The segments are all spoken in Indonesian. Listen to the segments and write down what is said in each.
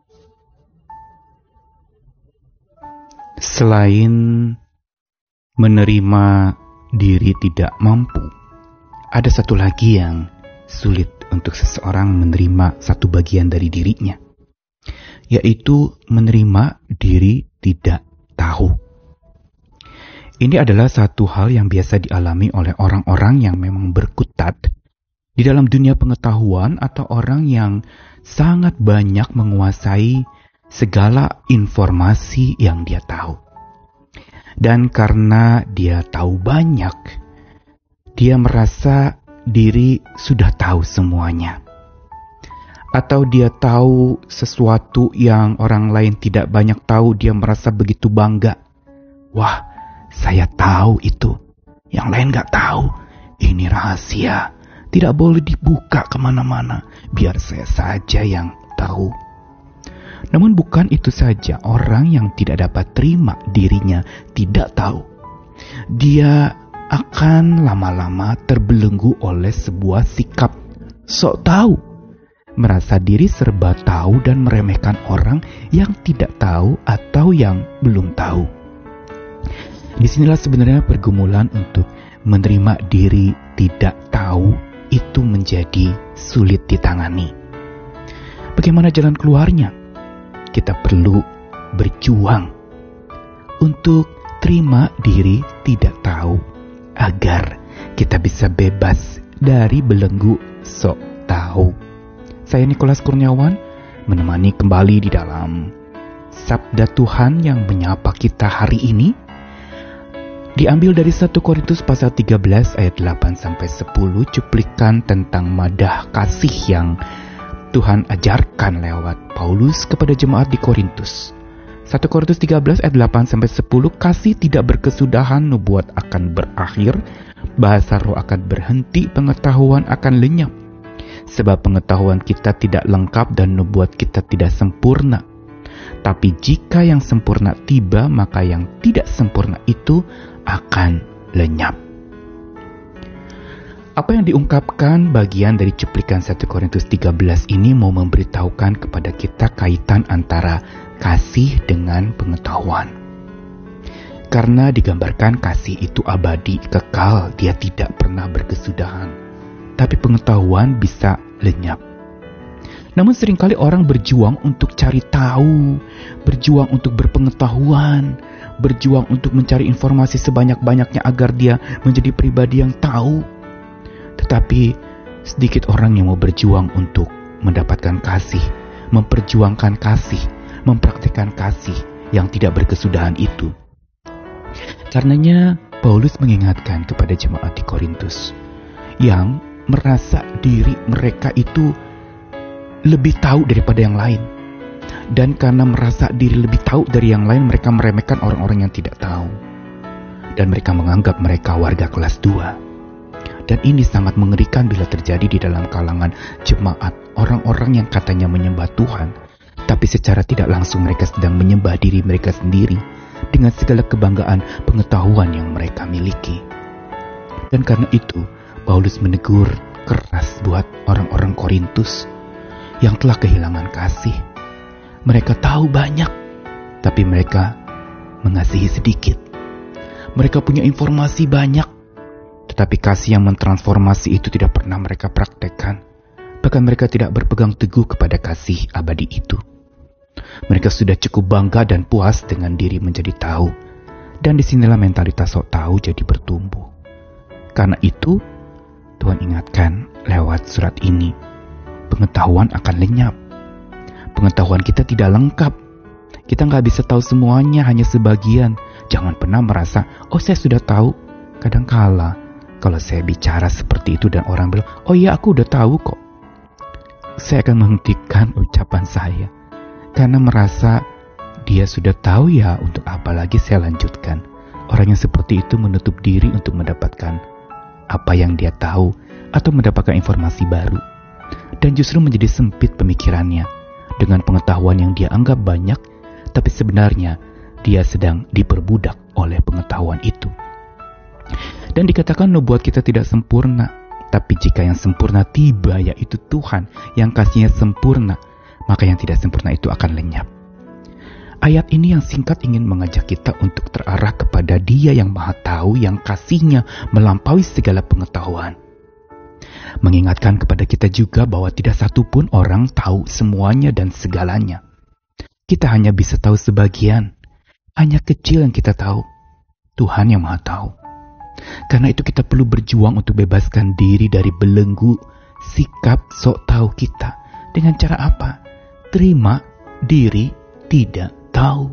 Selain menerima diri tidak mampu, ada satu lagi yang sulit untuk seseorang menerima satu bagian dari dirinya, yaitu menerima diri tidak tahu. Ini adalah satu hal yang biasa dialami oleh orang-orang yang memang berkutat di dalam dunia pengetahuan atau orang yang sangat banyak menguasai segala informasi yang dia tahu. Dan karena dia tahu banyak, dia merasa diri sudah tahu semuanya. Atau dia tahu sesuatu yang orang lain tidak banyak tahu, dia merasa begitu bangga. Wah, saya tahu itu, yang lain gak tahu. Ini rahasia, tidak boleh dibuka kemana-mana, biar saya saja yang tahu. Namun bukan itu saja, orang yang tidak dapat terima dirinya tidak tahu. Dia akan lama-lama terbelenggu oleh sebuah sikap sok tahu. Merasa diri serba tahu dan meremehkan orang yang tidak tahu atau yang belum tahu. Disinilah sebenarnya pergumulan untuk menerima diri tidak tahu itu menjadi sulit ditangani. Bagaimana jalan keluarnya? Kita perlu berjuang untuk terima diri tidak tahu agar kita bisa bebas dari belenggu sok tahu. Saya Nikolas Kurniawan menemani kembali di dalam Sabda Tuhan yang menyapa kita hari ini. Diambil dari 1 Korintus pasal 13 ayat 8-10, cuplikan tentang madah kasih yang Tuhan ajarkan lewat Paulus kepada jemaat di Korintus. 1 Korintus 13 ayat 8-10, kasih tidak berkesudahan, nubuat akan berakhir, bahasa roh akan berhenti, pengetahuan akan lenyap. Sebab pengetahuan kita tidak lengkap dan nubuat kita tidak sempurna. Tapi jika yang sempurna tiba, maka yang tidak sempurna itu akan lenyap. Apa yang diungkapkan bagian dari cuplikan 1 Korintus 13 ini mau memberitahukan kepada kita kaitan antara kasih dengan pengetahuan. Karena digambarkan kasih itu abadi, kekal, dia tidak pernah berkesudahan. Tapi pengetahuan bisa lenyap. Namun seringkali orang berjuang untuk cari tahu, berjuang untuk berpengetahuan, berjuang untuk mencari informasi sebanyak-banyaknya agar dia menjadi pribadi yang tahu. Tetapi sedikit orang yang mau berjuang untuk mendapatkan kasih, memperjuangkan kasih, mempraktikkan kasih yang tidak berkesudahan itu. Karenanya Paulus mengingatkan kepada jemaat di Korintus yang merasa diri mereka itu lebih tahu daripada yang lain. Dan karena merasa diri lebih tahu dari yang lain, mereka meremehkan orang-orang yang tidak tahu. Dan mereka menganggap mereka warga kelas 2. Dan ini sangat mengerikan bila terjadi di dalam kalangan jemaat, orang-orang yang katanya menyembah Tuhan, tapi secara tidak langsung mereka sedang menyembah diri mereka sendiri dengan segala kebanggaan pengetahuan yang mereka miliki. Dan karena itu, Paulus menegur keras buat orang-orang Korintus yang telah kehilangan kasih. Mereka tahu banyak, tapi mereka mengasihi sedikit. Mereka punya informasi banyak, tetapi kasih yang mentransformasi itu tidak pernah mereka praktekkan. Bahkan mereka tidak berpegang teguh kepada kasih abadi itu. Mereka sudah cukup bangga dan puas dengan diri menjadi tahu. Dan disinilah mentalitas sok tahu jadi bertumbuh. Karena itu, Tuhan ingatkan lewat surat ini, pengetahuan akan lenyap. Pengetahuan kita tidak lengkap. Kita nggak bisa tahu semuanya, hanya sebagian. Jangan pernah merasa, oh saya sudah tahu. Kadangkala, kalau saya bicara seperti itu dan orang bilang, oh iya aku udah tahu kok, saya akan menghentikan ucapan saya. Karena merasa dia sudah tahu, ya untuk apa lagi saya lanjutkan. Orang yang seperti itu menutup diri untuk mendapatkan apa yang dia tahu atau mendapatkan informasi baru. Dan justru menjadi sempit pemikirannya dengan pengetahuan yang dia anggap banyak, tapi sebenarnya dia sedang diperbudak oleh pengetahuan itu. Dan dikatakan nubuat kita tidak sempurna, tapi jika yang sempurna tiba, yaitu Tuhan yang kasihnya sempurna, maka yang tidak sempurna itu akan lenyap. Ayat ini yang singkat ingin mengajak kita untuk terarah kepada Dia yang Maha Tahu, yang kasih-Nya melampaui segala pengetahuan. Mengingatkan kepada kita juga bahwa tidak satupun orang tahu semuanya dan segalanya. Kita hanya bisa tahu sebagian, hanya kecil yang kita tahu. Tuhan yang Maha Tahu. Karena itu kita perlu berjuang untuk bebaskan diri dari belenggu sikap sok tahu kita. Dengan cara apa? Terima diri tidak tahu.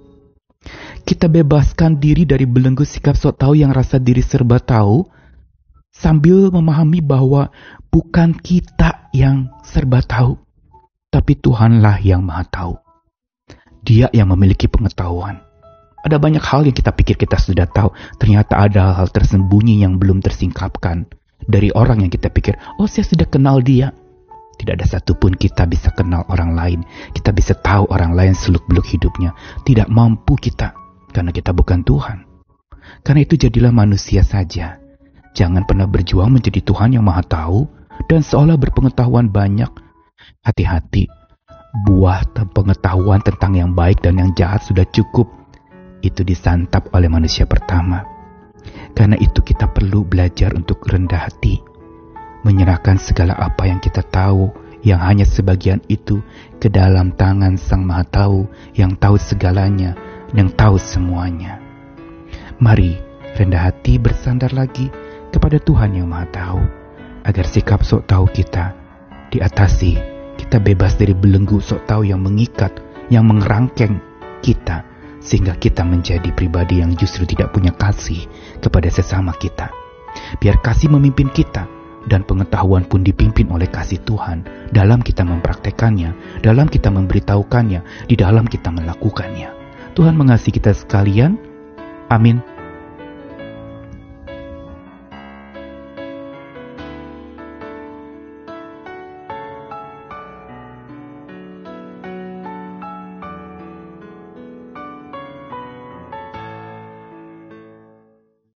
Kita bebaskan diri dari belenggu sikap sok tahu yang rasa diri serba tahu, sambil memahami bahwa bukan kita yang serba tahu, tapi Tuhanlah yang Maha Tahu. Dia yang memiliki pengetahuan. Ada banyak hal yang kita pikir kita sudah tahu, ternyata ada hal tersembunyi yang belum tersingkapkan dari orang yang kita pikir, oh saya sudah kenal dia. Tidak ada satupun kita bisa kenal orang lain. Kita bisa tahu orang lain seluk-beluk hidupnya. Tidak mampu kita, karena kita bukan Tuhan. Karena itu jadilah manusia saja. Jangan pernah berjuang menjadi Tuhan yang Maha Tahu dan seolah berpengetahuan banyak. Hati-hati, buah pengetahuan tentang yang baik dan yang jahat sudah cukup. Itu disantap oleh manusia pertama. Karena itu kita perlu belajar untuk rendah hati. Menyerahkan segala apa yang kita tahu, yang hanya sebagian itu, ke dalam tangan Sang Maha Tahu, yang tahu segalanya, yang tahu semuanya. Mari rendah hati bersandar lagi kepada Tuhan yang Maha Tahu, agar sikap sok tahu kita diatasi. Kita bebas dari belenggu sok tahu yang mengikat, yang mengerangkeng kita, sehingga kita menjadi pribadi yang justru tidak punya kasih kepada sesama kita. Biar kasih memimpin kita, dan pengetahuan pun dipimpin oleh kasih Tuhan dalam kita mempraktekannya, dalam kita memberitahukannya, di dalam kita melakukannya. Tuhan mengasihi kita sekalian. Amin.